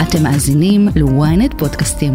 אתם מאזינים ל-ynet פודקאסטים.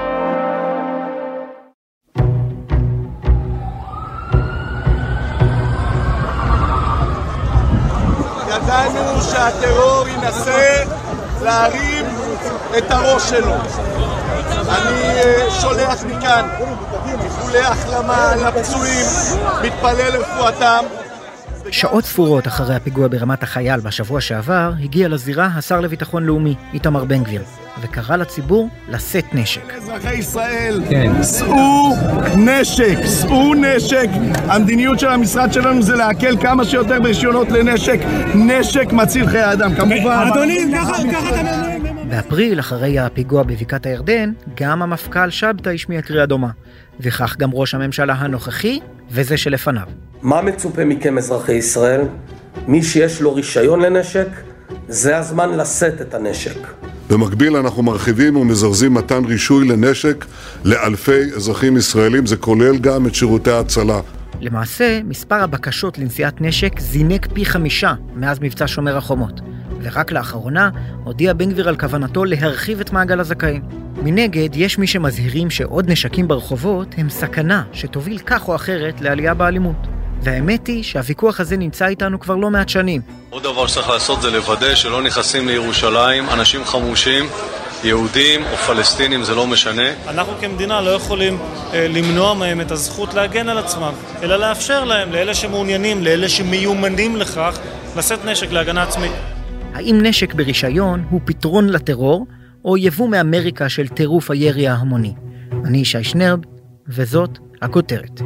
ידענו שהטרור ינסה להרים את הראש שלו. אני שולח מכאן איחולי החלמה לפצועים, מתפלל לרפואתם. שעות ספורות אחרי הפיגוע ברמת החייל בשבוע שעבר, הגיע לזירה השר לביטחון לאומי, איתמר בן גביר, וקרא לציבור לשאת נשק. אזרחי ישראל, שאו נשק, שאו נשק. המדיניות של המשרד שלנו זה להקל כמה שיותר ברישיונות לנשק. נשק מציל חיי אדם, כמובן. אדוני, ככה באפריל, אחרי הפיגוע בבקעת הירדן, גם המפכ"ל שבתאי השמיע קריאה דומה. וכך גם ראש הממשלה הנוכחי וזה שלפניו. מה מצופה מכם אזרחי ישראל? מי שיש לו רישיון לנשק, זה הזמן לשאת את הנשק. במקביל אנחנו מרחיבים ומזרזים מתן רישוי לנשק לאלפי אזרחים ישראלים, זה כולל גם את שירותי ההצלה. למעשה, מספר הבקשות לנשיאת נשק זינק פי 5 מאז מבצע שומר החומות. ורק לאחרונה הודיע בן גביר על כוונתו להרחיב את מעגל הזכאים. מנגד, יש מי שמזהירים שעוד נשקים ברחובות הם סכנה שתוביל כך או אחרת לעלייה באלימות. והאמת היא שהוויכוח הזה נמצא איתנו כבר לא מעט שנים. עוד דבר שצריך לעשות זה לוודא שלא נכנסים לירושלים אנשים חמושים, יהודים או פלסטינים, זה לא משנה. אנחנו כמדינה לא יכולים למנוע מהם את הזכות להגן על עצמם, אלא לאפשר להם, לאלה שמעוניינים, לאלה שמיומנים לכך, לשאת נשק להגנה עצמית. האם נשק ברישיון הוא פתרון לטרור, או יבוא מאמריקה של טירוף הירי ההמוני? אני ישי שנרב, וזאת הכותרת.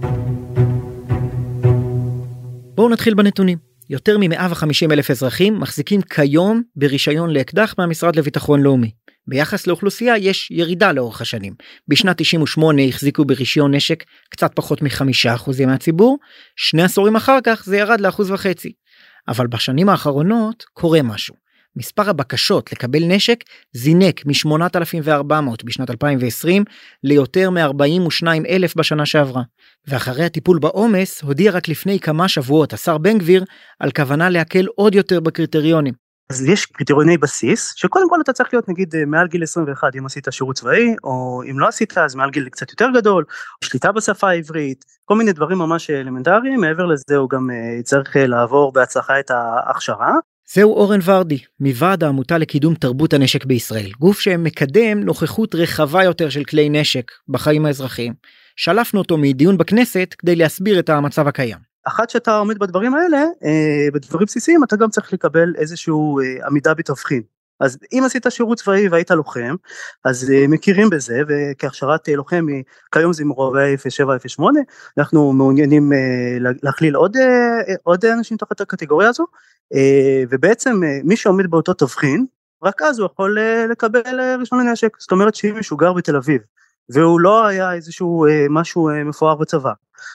בואו נתחיל בנתונים. יותר מ-150,000 אזרחים מחזיקים כיום ברישיון לאקדח מהמשרד לביטחון לאומי. ביחס לאוכלוסייה יש ירידה לאורך השנים. בשנת 98 החזיקו ברישיון נשק קצת פחות מ5% מהציבור, 2 עשורים אחר כך זה ירד ל1.5%. אבל בשנים האחרונות קורה משהו. מספר הבקשות לקבל נשק זינק מ-8,400 בשנת 2020 ליותר מ-42,000 בשנה שעברה. ואחרי הטיפול בעומס הודיע רק לפני כמה שבועות השר בן גביר על כוונה להקל עוד יותר בקריטריונים. אז יש קריטריוני בסיס, שקודם כל אתה צריך להיות נגיד מעל גיל 21 אם עשית שירות צבאי, או אם לא עשית אז מעל גיל קצת יותר גדול, שליטה בשפה העברית, כל מיני דברים ממש אלמנטריים. מעבר לזה הוא גם צריך לעבור בהצלחה את ההכשרה. זהו אורן ורדי, מוועד העמותה לקידום תרבות הנשק בישראל, גוף שמקדם נוכחות רחבה יותר של כלי נשק בחיים האזרחיים. שלפנו אותו מדיון בכנסת כדי להסביר את המצב הקיים. אחת שאתה עומד בדברים האלה, בדברים בסיסיים, אתה גם צריך לקבל איזשהו עמידה בתבחין. אז אם עשית שירות צבאי והיית לוחם, אז מכירים בזה, וכהכשרת לוחם, כיום זה מרובי 07-08, אנחנו מעוניינים להכליל עוד אנשים תחת הקטגוריה הזו, ובעצם מי שעומד באותו תבחין, רק אז הוא יכול לקבל רישיון לנשק. זאת אומרת שאם מישהו גר בתל אביב, והוא לא היה איזשהו משהו מפואר בצבא,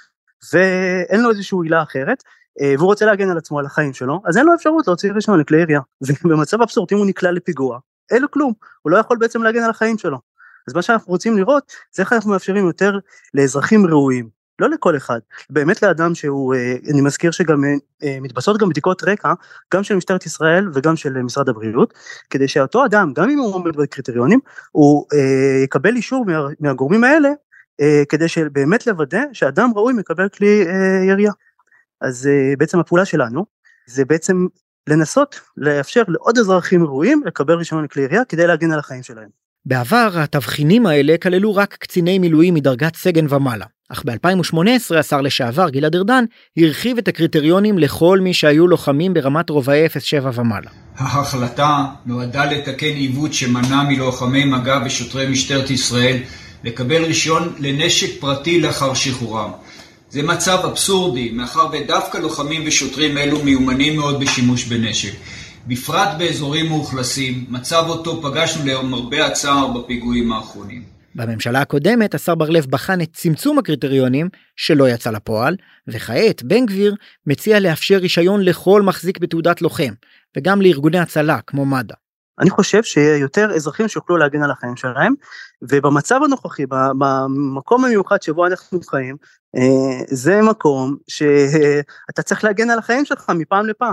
ואין לו איזשהו עילה אחרת, והוא רוצה להגן על עצמו, על החיים שלו, אז אין לו אפשרות להוציא רישיון לכלי ירייה. ובמצב אבסורד, אם הוא נקלע לפיגוע, אין לו כלום, הוא לא יכול בעצם להגן על החיים שלו. אז מה שאנחנו רוצים לראות, זה איך אנחנו מאפשרים יותר לאזרחים ראויים, לא לכל אחד, באמת לאדם שהוא, אני מזכיר שגם מתבצעות גם בדיקות רקע, גם של משטרת ישראל וגם של משרד הבריאות, כדי שאותו אדם, גם אם הוא עומד בקריטריונים, הוא יקבל אישור מהגורמים האלה, כדי שבאמת לוודא שאדם ראוי מקבל כלי ירייה. אז בעצם הפעולה שלנו, זה בעצם לנסות לאפשר לעוד אזרחים ראויים לקבל רישיון לכלי ירייה, כדי להגן על החיים שלהם. בעבר התבחינים האלה כללו רק קציני מילואים מדרגת סגן ומעלה. אך ב-2018 השר לשעבר גלעד ארדן הרחיב את הקריטריונים לכל מי שהיו לוחמים ברמת רובעי 07 ומעלה. ההחלטה נועדה לתקן עיוות שמנע מלוחמי מג"ב ושוטרי משטרת ישראל לקבל רישיון לנשק פרטי לאחר שחרורם. זה מצב אבסורדי, מאחר ודווקא לוחמים ושוטרים אלו מיומנים מאוד בשימוש בנשק. בפרט באזורים מאוכלסים, מצב אותו פגשנו למרבה הצער בפיגועים האחרונים. בממשלה הקודמת השר בר לב בחן את צמצום הקריטריונים שלא יצא לפועל, וכעת בן גביר מציע לאפשר רישיון לכל מחזיק בתעודת לוחם, וגם לארגוני הצלה כמו מד"א. אני חושב שיהיה יותר אזרחים שיוכלו להגן על החיים שלהם, ובמצב הנוכחי, במקום המיוחד שבו אנחנו חיים, זה מקום שאתה צריך להגן על החיים שלך מפעם לפעם.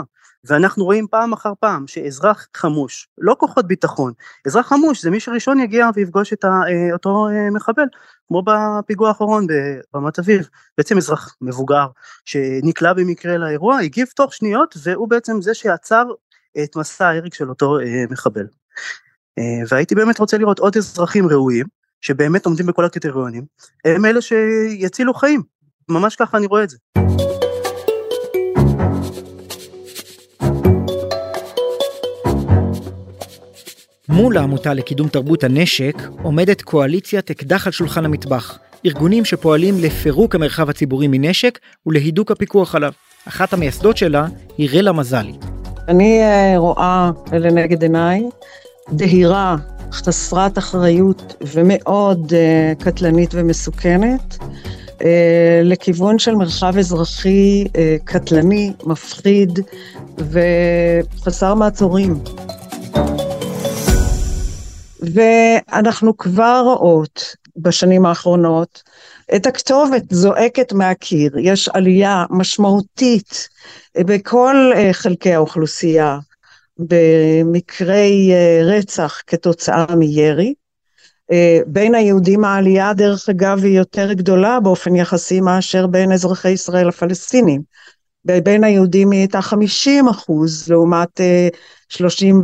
ואנחנו רואים פעם אחר פעם שאזרח חמוש, לא כוחות ביטחון, אזרח חמוש זה מי שראשון יגיע ויפגוש את אותו מחבל, כמו בפיגוע האחרון ברמת אביב, בעצם אזרח מבוגר שנקלע במקרה לאירוע, הגיב תוך שניות, והוא בעצם זה שעצר את מסע ההרג של אותו מחבל. והייתי באמת רוצה לראות עוד אזרחים ראויים, שבאמת עומדים בכל הקריטריונים, הם אלה שיצילו חיים, ממש ככה אני רואה את זה. מול העמותה לקידום תרבות הנשק עומדת קואליציית אקדח על שולחן המטבח, ארגונים שפועלים לפירוק המרחב הציבורי מנשק ולהידוק הפיקוח עליו. אחת המייסדות שלה היא רלה מזלי. אני רואה לנגד עיניי דהירה חסרת אחריות ומאוד קטלנית ומסוכנת לכיוון של מרחב אזרחי קטלני, מפחיד וחסר מעצורים. ואנחנו כבר רואות בשנים האחרונות את הכתובת זועקת מהקיר, יש עלייה משמעותית בכל חלקי האוכלוסייה, במקרי רצח כתוצאה מירי, בין היהודים העלייה דרך אגב היא יותר גדולה באופן יחסי מאשר בין אזרחי ישראל הפלסטינים, בין היהודים היא הייתה 50% לעומת 36%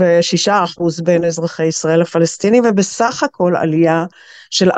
בין אזרחי ישראל הפלסטינים, ובסך הכל עלייה של 40%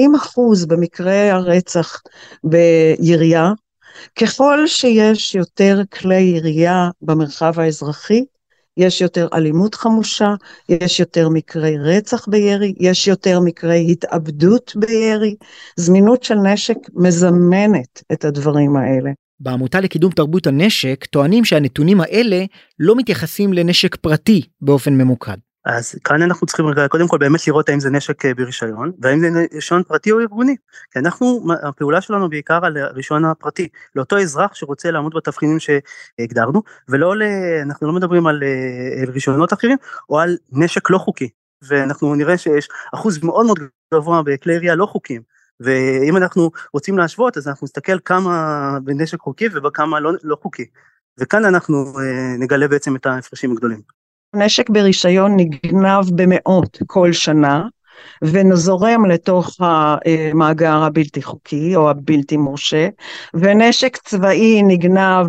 במקרה הרצח בירייה. ככל שיש יותר כלי ירייה במרחב האזרחי, יש יותר אלימות חמושה, יש יותר מקרי רצח בירי, יש יותר מקרי התאבדות בירי, זמינות של נשק מזמנת את הדברים האלה. בעמותה לקידום תרבות הנשק טוענים שהנתונים האלה לא מתייחסים לנשק פרטי באופן ממוקד. אז כאן אנחנו צריכים קודם כל באמת לראות האם זה נשק ברישיון, והאם זה רישיון פרטי או ארגוני. כי הפעולה שלנו בעיקר על הרישיון הפרטי, לאותו אזרח שרוצה לעמוד בתבחינים שהגדרנו, אנחנו לא מדברים על רישיונות אחרים, או על נשק לא חוקי. ואנחנו נראה שיש אחוז מאוד מאוד גבוה בכלי ירייה לא חוקיים. ואם אנחנו רוצים להשוות, אז אנחנו נסתכל כמה בנשק חוקי ובכמה לא חוקי. וכאן אנחנו נגלה בעצם את ההפרשים הגדולים. נשק ברישיון נגנב במאות כל שנה, ונזורם לתוך המאגר הבלתי חוקי או הבלתי מורשה, ונשק צבאי נגנב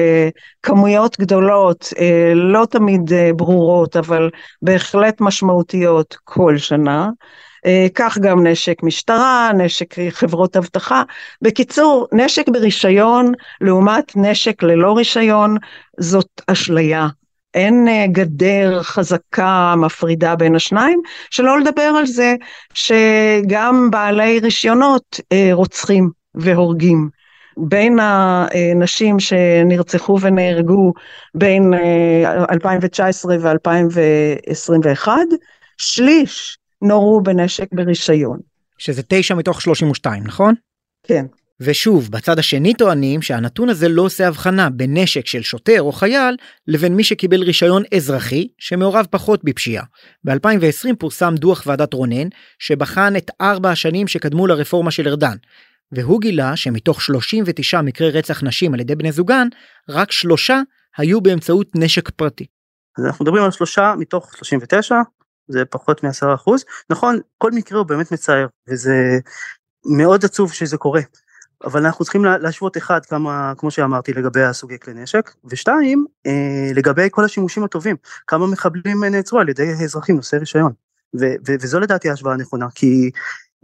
בכמויות גדולות, לא תמיד ברורות, אבל בהחלט משמעותיות כל שנה, כך גם נשק משטרה, נשק חברות אבטחה. בקיצור, נשק ברישיון לעומת נשק ללא רישיון, זאת אשליה. אין גדר חזקה מפרידה בין השניים, שלא לדבר על זה שגם בעלי רישיונות רוצחים והורגים. בין האנשים שנרצחו ונהרגו בין 2019 ו-2021, שליש נורו בנשק ברישיון. שזה 9 מתוך 32, נכון? כן. ושוב, בצד השני טוענים שהנתון הזה לא עושה הבחנה בין נשק של שוטר או חייל, לבין מי שקיבל רישיון אזרחי, שמעורב פחות בפשיעה. ב-2020 פורסם דוח ועדת רונן, שבחן את 4 השנים שקדמו לרפורמה של ארדן, והוא גילה שמתוך 39 מקרי רצח נשים על ידי בני זוגן, רק 3 היו באמצעות נשק פרטי. אז אנחנו מדברים על 3 מתוך 39, זה פחות מ10%. נכון, כל מקרה הוא באמת מצער, וזה מאוד עצוב שזה קורה. אבל אנחנו צריכים להשוות אחד, כמו שאמרתי, לגבי הסוגי כלי נשק, ושתיים, לגבי כל השימושים הטובים, כמה מחבלים נעצרו על ידי האזרחים נושאי רישיון, וזו לדעתי ההשוואה הנכונה, כי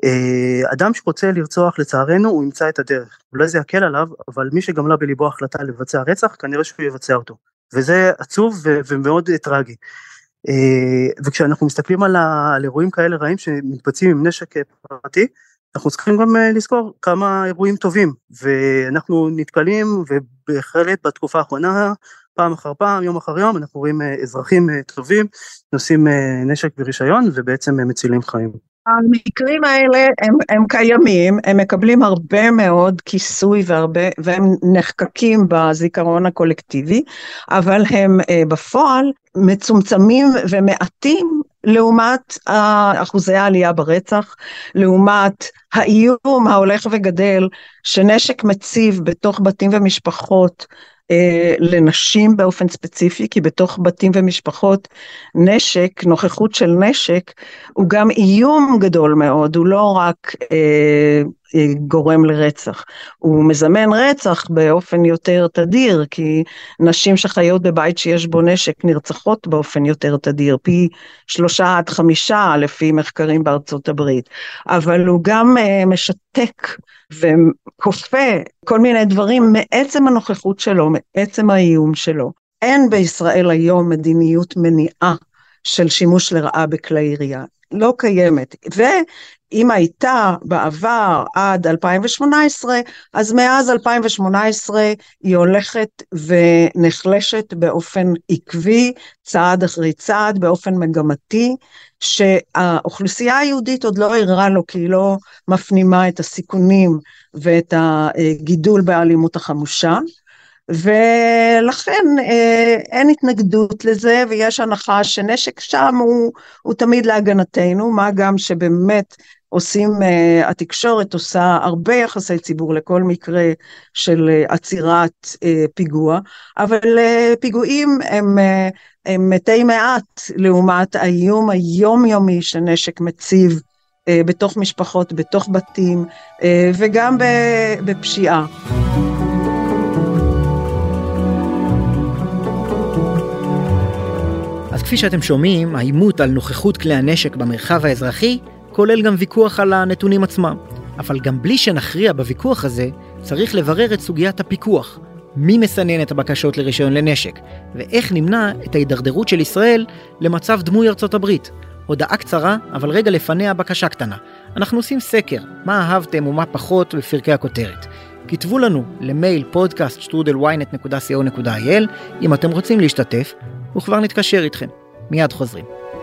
אדם שרוצה לרצוח לצערנו, הוא ימצא את הדרך, אולי זה יקל עליו, אבל מי שגמלה בליבו החלטה לבצע רצח, כנראה שהוא יבצע אותו, וזה עצוב ומאוד טרגי. וכשאנחנו מסתכלים על אירועים כאלה רעים שמתבצעים עם נשק פרטי, אנחנו צריכים גם לזכור כמה אירועים טובים, ואנחנו נתקלים, ובהחלט בתקופה האחרונה, פעם אחר פעם, יום אחר יום, אנחנו רואים אזרחים טובים, נושאים נשק ברישיון, ובעצם מצילים חיים. המקרים האלה הם קיימים, הם מקבלים הרבה מאוד כיסוי והם נחקקים בזיכרון הקולקטיבי, אבל הם בפועל מצומצמים ומעטים לעומת אחוזי העלייה ברצח, לעומת האיום ההולך וגדל שנשק מציב בתוך בתים ומשפחות לנשים באופן ספציפי, כי בתוך בתים ומשפחות נשק, נוכחות של נשק, הוא גם איום גדול מאוד, הוא לא רק גורם לרצח, הוא מזמן רצח באופן יותר תדיר, כי נשים שחיות בבית שיש בו נשק נרצחות באופן יותר תדיר, פי 3-5 לפי מחקרים בארצות הברית, אבל הוא גם משתק וכופה כל מיני דברים מעצם הנוכחות שלו, מעצם האיום שלו. אין בישראל היום מדיניות מניעה של שימוש לרעה בכלי ירייה, לא קיימת, ואם הייתה בעבר עד 2018, אז מאז 2018 היא הולכת ונחלשת באופן עקבי, צעד אחרי צעד, באופן מגמתי, שהאוכלוסייה היהודית עוד לא עירה לו, כי היא לא מפנימה את הסיכונים ואת הגידול באלימות החמושה, ולכן אין התנגדות לזה, ויש הנחה שנשק שם הוא תמיד להגנתנו, מה גם שבאמת התקשורת עושה הרבה יחסי ציבור לכל מקרה של עצירת פיגוע, אבל פיגועים הם מתי מעט לעומת האיום היומיומי שנשק מציב בתוך משפחות, בתוך בתים, וגם בפשיעה. אז כפי שאתם שומעים, העימות על נוכחות כלי הנשק במרחב האזרחי כולל גם ויכוח על הנתונים עצמם. אבל גם בלי שנכריע בוויכוח הזה, צריך לברר את סוגיית הפיקוח. מי מסנן את הבקשות לרישיון לנשק, ואיך נמנע את ההידרדרות של ישראל למצב דמוי ארצות הברית. הודעה קצרה, אבל רגע לפניה בקשה קטנה. אנחנו עושים סקר, מה אהבתם ומה פחות בפרקי הכותרת. כתבו לנו למייל podcast@ynet.co.il אם אתם רוצים להשתתף, וכבר נתקשר איתכם. מיד חוזרים.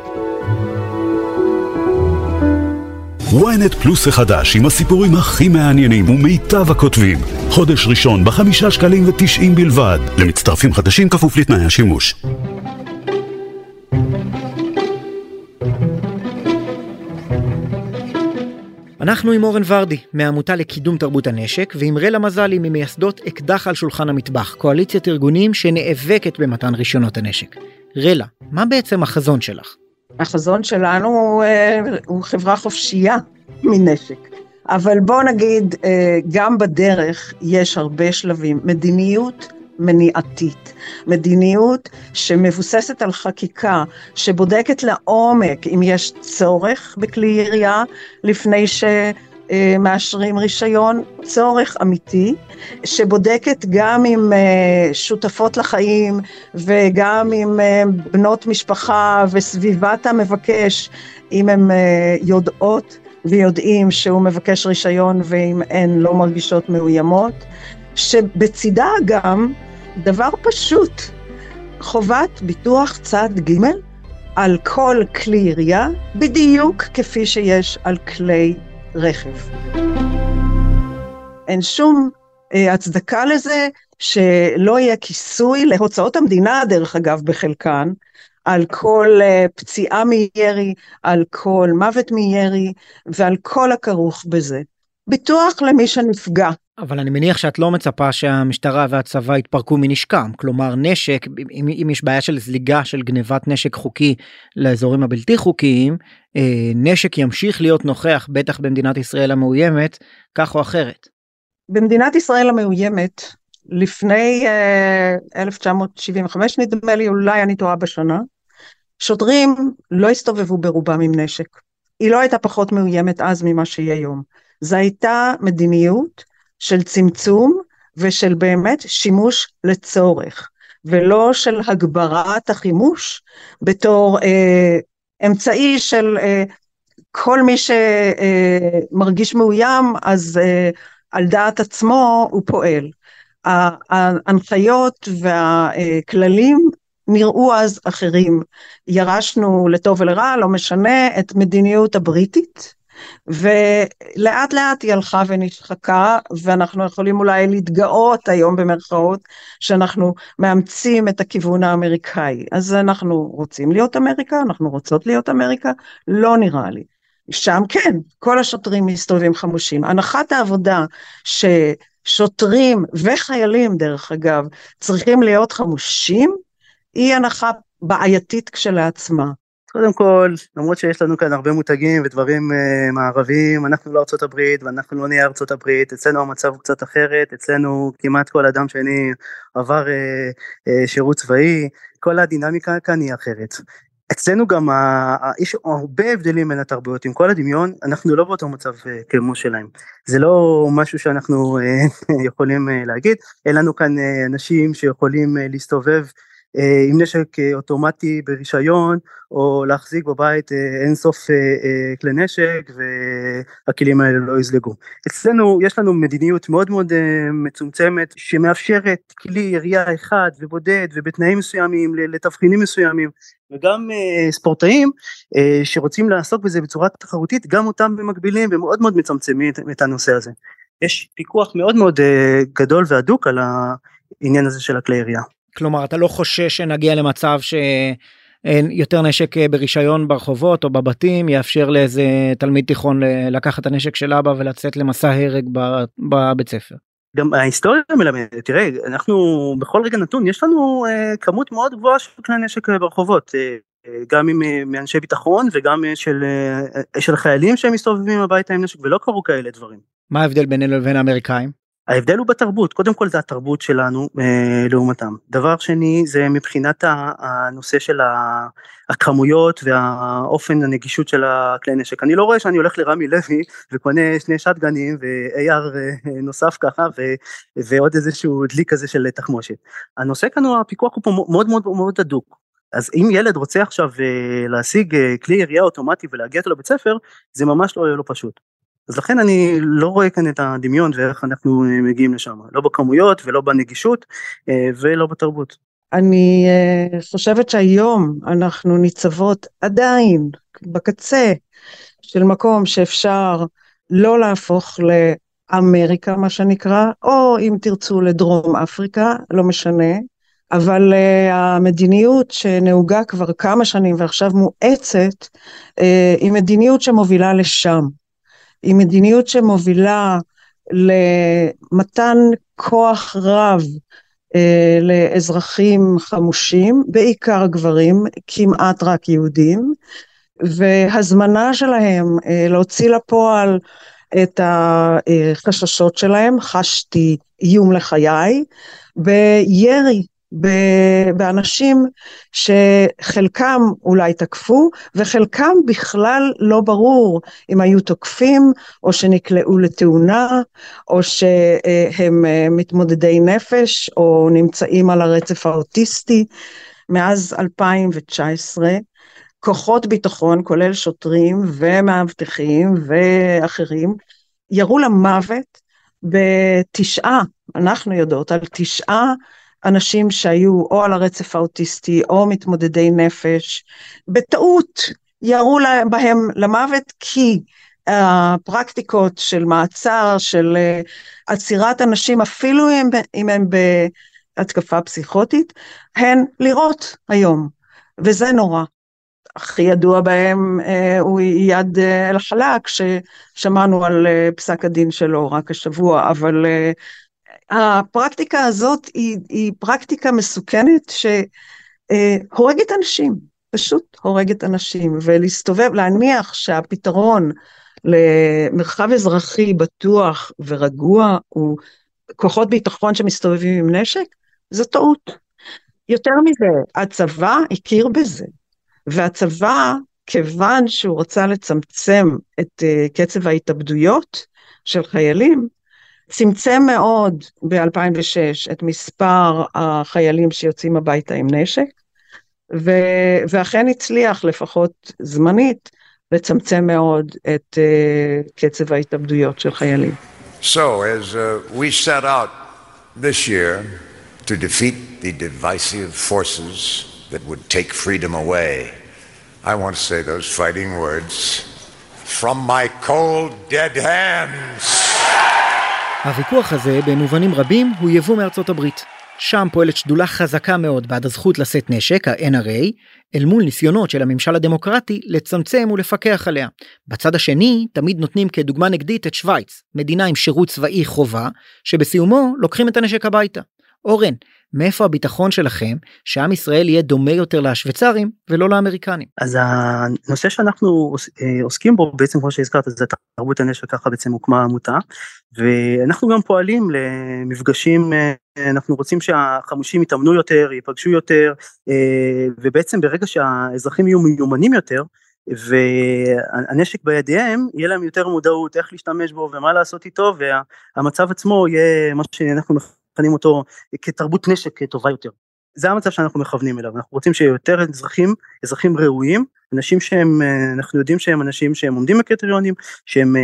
ynet פלוס החדש עם הסיפורים הכי מעניינים ומיטב הכותבים. חודש ראשון ב5.90 שקלים בלבד. למצטרפים חדשים כפוף לתנאי השימוש. אנחנו עם אורן ורדי, מהעמותה לקידום תרבות הנשק, ועם רלה מזלי ממייסדות אקדח על שולחן המטבח, קואליציית ארגונים שנאבקת במתן רישיונות הנשק. רלה, מה בעצם החזון שלך? החזון שלנו הוא חברה חופשייה מנשק. אבל בוא נגיד, גם בדרך יש הרבה שלבים. מדיניות מניעתית. מדיניות שמבוססת על חקיקה, שבודקת לעומק אם יש צורך בכלי ירייה, לפני שמאשרים רישיון, צורך אמיתי, שבודקת גם עם שותפות לחיים, וגם עם בנות משפחה וסביבת המבקש, אם הם יודעות ויודעים שהוא מבקש רישיון, ואם הן לא מרגישות מאוימות, שבצידה גם דבר פשוט, חובת ביטוח צד ג' על כל כלי ירייה, בדיוק כפי שיש על כלי רכב. אין שום הצדקה לזה שלא יהיה כיסוי להוצאות המדינה, דרך אגב בחלקן, על כל פציעה מירי, על כל מוות מירי, ועל כל הכרוך בזה. ביטוח למי שנפגע. אבל אני מניח שאת לא מצפה שהמשטרה והצבא יתפרקו מנשקם, כלומר נשק, אם יש בעיה של זליגה של גנבת נשק חוקי לאזורים הבלתי חוקיים, נשק ימשיך להיות נוכח, בטח במדינת ישראל המאוימת, כך או אחרת. במדינת ישראל המאוימת, לפני 1975 נדמה לי, אולי אני טועה בשנה, שוטרים לא הסתובבו ברובם עם נשק. היא לא הייתה פחות מאוימת אז ממה שהיא היום. זו הייתה מדיניות של צמצום ושל באמת שימוש לצורך, ולא של הגברת החימוש בתור אמצעי של כל מי שמרגיש מאוים, אז על דעת עצמו הוא פועל. ההנחיות והכללים נראו אז אחרים. ירשנו לטוב ולרע, לא משנה, את מדיניות הבריטית, ולאט לאט היא הלכה ונשחקה, ואנחנו יכולים אולי להתגאות היום במרכאות, שאנחנו מאמצים את הכיוון האמריקאי. אז אנחנו רוצים להיות אמריקה, אנחנו רוצות להיות אמריקה, לא נראה לי. שם כן, כל השוטרים מסתובבים חמושים. הנחת העבודה שוטרים וחיילים דרך אגב, צריכים להיות חמושים, היא הנחה בעייתית כשלעצמה. קודם כל, למרות שיש לנו כאן הרבה מותגים ודברים מערביים, אנחנו לא ארצות הברית ואנחנו לא נהיה ארצות הברית, אצלנו המצב הוא קצת אחרת, אצלנו כמעט כל אדם שני עבר שירות צבאי, כל הדינמיקה כאן היא אחרת. אצלנו גם יש הרבה הבדלים בין התרבויות, עם כל הדמיון, אנחנו לא באותו מצב כמו שלהם. זה לא משהו שאנחנו יכולים להגיד, אין לנו כאן אנשים שיכולים להסתובב עם נשק אוטומטי ברישיון, או להחזיק בבית אינסוף כלי נשק, והכלים האלה לא יזלגו. אצלנו יש לנו מדיניות מאוד מאוד מצומצמת, שמאפשרת כלי ירייה אחד ובודד, ובתנאים מסוימים, לתבחינים מסוימים, וגם ספורטאים שרוצים לעסוק בזה בצורה תחרותית, גם אותם במקבילים, ומאוד מאוד מצמצמים את הנושא הזה. יש פיקוח מאוד מאוד גדול והדוק על העניין הזה של הכלי ירייה. כלומר, אתה לא חושש שנגיע למצב שיותר נשק ברישיון ברחובות או בבתים, יאפשר לאיזה תלמיד תיכון לקחת את הנשק של אבא ולצאת למסע הרג בבית ספר? גם ההיסטוריה מלמדת, תראה, אנחנו בכל רגע נתון, יש לנו כמות מאוד גבוהה של כלי נשק ברחובות, גם מאנשי ביטחון וגם של חיילים שהם מסתובבים הביתה עם נשק, ולא קרו כאלה דברים. מה ההבדל בינינו לבין האמריקאים? ההבדל הוא בתרבות, קודם כל זה התרבות שלנו לעומתם. דבר שני זה מבחינת הנושא של הכמויות והאופן הנגישות של הכלי נשק. אני לא רואה שאני הולך לרמי לוי וקונה 2 שטגנים ו-AR נוסף ככה ועוד איזשהו דליק כזה של תחמושת. הנושא כאן הוא הפיקוח הוא פה מאוד מאוד מאוד הדוק. אז אם ילד רוצה עכשיו להשיג כלי ירייה אוטומטי ולהגיע אותו לבית ספר, זה ממש לא פשוט. אז לכן אני לא רואה כאן את הדמיון ואיך אנחנו מגיעים לשם, לא בכמויות ולא בנגישות ולא בתרבות. אני חושבת שהיום אנחנו ניצבות עדיין בקצה של מקום שאפשר לא להפוך לאמריקה מה שנקרא, או אם תרצו לדרום אפריקה, לא משנה, אבל המדיניות שנהוגה כבר כמה שנים ועכשיו מואצת, היא מדיניות שמובילה לשם. היא מדיניות שמובילה למתן כוח רב לאזרחים חמושים, בעיקר גברים, כמעט רק יהודים, והזמנה שלהם להוציא לפועל את החששות שלהם, חשתי איום לחיי, בירי, באנשים שחלקם אולי תקפו, וחלקם בכלל לא ברור אם היו תוקפים, או שנקלעו לתאונה, או שהם מתמודדי נפש, או נמצאים על הרצף האוטיסטי. מאז 2019, כוחות ביטחון, כולל שוטרים ומאבטחים ואחרים, ירו למוות ב9, אנחנו יודעות על 9, אנשים שהיו או על הרצף האוטיסטי או מתמודדי נפש, בטעות ירו בהם למוות כי הפרקטיקות של מעצר, של עצירת אנשים, אפילו אם הם בהתקפה פסיכוטית, הן לירות היום, וזה נורא. הכי ידוע בהם הוא יד אל-חלאק, ששמענו על פסק הדין שלו רק השבוע, אבל הפרקטיקה הזאת היא פרקטיקה מסוכנת שהורגת אנשים, פשוט הורגת אנשים, ולהסתובב, להניח שהפתרון למרחב אזרחי בטוח ורגוע הוא כוחות ביטחון שמסתובבים עם נשק, זו טעות. יותר מזה, הצבא הכיר בזה, והצבא, כיוון שהוא רצה לצמצם את קצב ההתאבדויות של חיילים, צמצם מאוד ב-2006 את מספר החיילים שיוצאים הביתה עם נשק, ואכן הצליח לפחות זמנית לצמצם מאוד את קצב ההתאבדויות של חיילים. So as we set out this year to defeat the divisive forces that would take freedom away, I want to say those fighting words, from my cold dead hands. הוויכוח הזה במובנים רבים הוא יבוא מארצות הברית. שם פועלת שדולה חזקה מאוד בעד הזכות לשאת נשק, ה-NRA, אל מול ניסיונות של הממשל הדמוקרטי לצמצם ולפקח עליה. בצד השני, תמיד נותנים כדוגמה נגדית את שוויץ, מדינה עם שירות צבאי חובה, שבסיומו לוקחים את הנשק הביתה. אורן, מאיפה הביטחון שלכם שעם ישראל יהיה דומה יותר לשוויצרים ולא לאמריקנים? אז הנושא שאנחנו עוסקים בו, בעצם כמו שהזכרת, זה תרבות הנשק, ככה בעצם הוקמה עמותה, ואנחנו גם פועלים למפגשים, אנחנו רוצים שהחמושים יתאמנו יותר, ייפגשו יותר, ובעצם ברגע שהאזרחים יהיו מיומנים יותר, והנשק בידיהם, יהיה להם יותר מודעות, איך להשתמש בו ומה לעשות איתו, והמצב עצמו יהיה מה שאנחנו מכנים אותו כתרבות נשק טובה יותר. זה המצב שאנחנו מכוונים אליו, אנחנו רוצים שיותר אזרחים ראויים, אנשים שהם, אנחנו יודעים שהם אנשים שהם עומדים בקריטריונים, שהם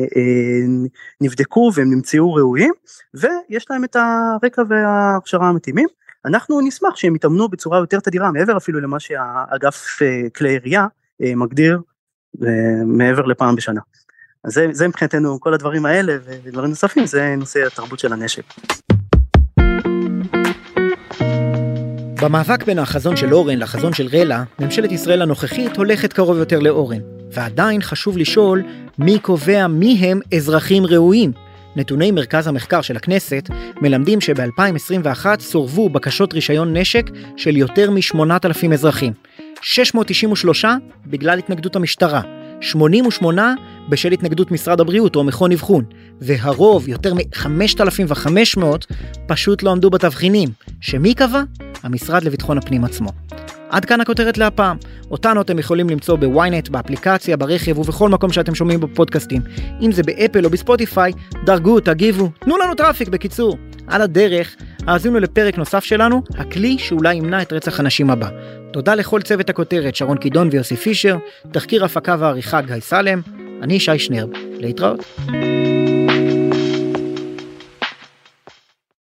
נבדקו והם נמצאו ראויים, ויש להם את הרקע וההכשרה המתאימים. אנחנו נשמח שהם יתאמנו בצורה יותר תדירה, מעבר אפילו למה שהאגף כלי ירייה מגדיר, מעבר לפעם בשנה. אז זה מבחינתנו כל הדברים האלה, ודברים נוספים, זה נושא התרבות של הנשק. במאבק בין החזון של אורן לחזון של רלה, ממשלת ישראל הנוכחית הולכת קרוב יותר לאורן. ועדיין חשוב לשאול מי קובע מי הם אזרחים ראויים. נתוני מרכז המחקר של הכנסת מלמדים שב-2021 סורבו בקשות רישיון נשק של יותר מ-8,000 אזרחים. 693 בגלל התנגדות המשטרה, 88 בשל התנגדות משרד הבריאות או מכון אבחון, והרוב, יותר מ-5,500, פשוט לא עמדו בתבחינים, שמי קבע? המשרד לביטחון הפנים עצמו. עד כאן הכותרת להפעם. אותנו אתם יכולים למצוא בוויינט, באפליקציה, ברכב ובכל מקום שאתם שומעים בפודקאסטים. אם זה באפל או בספוטיפיי, דרגו, תגיבו, תנו לנו טראפיק בקיצור. על הדרך, האזינו לפרק נוסף שלנו, הכלי שאולי ימנע את רצח הנשים הבא. תודה לכל צוות הכותרת, שרון קידון ויוסי פישר, תחקיר הפקה ועריכה גיא סלם, אני שי שנרב. להתראות.